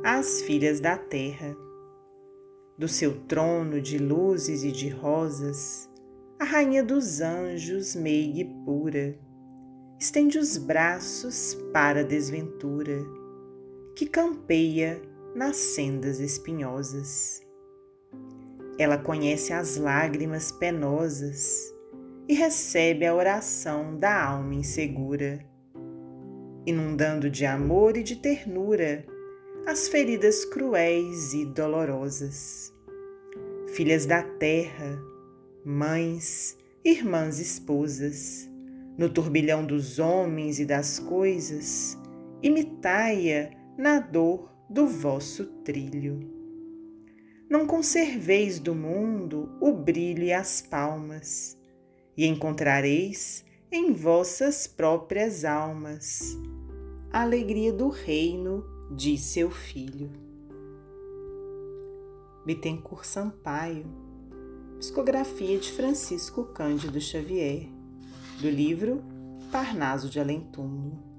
às filhas da terra. Do seu trono de luzes e de rosas, a rainha dos anjos, meiga e pura, estende os braços para a desventura, que campeia nas sendas espinhosas. Ela conhece as lágrimas penosas e recebe a oração da alma insegura, inundando de amor e de ternura as feridas cruéis e dolorosas. Filhas da terra, mães, irmãs, esposas, no turbilhão dos homens e das coisas, imitai-a na dor do vosso trilho. Não conserveis do mundo o brilho e as palmas, e encontrareis em vossas próprias almas a alegria do reino de seu Filho. Bittencourt Sampaio, psicografia de Francisco Cândido Xavier, do livro Parnaso de Além-Túmulo.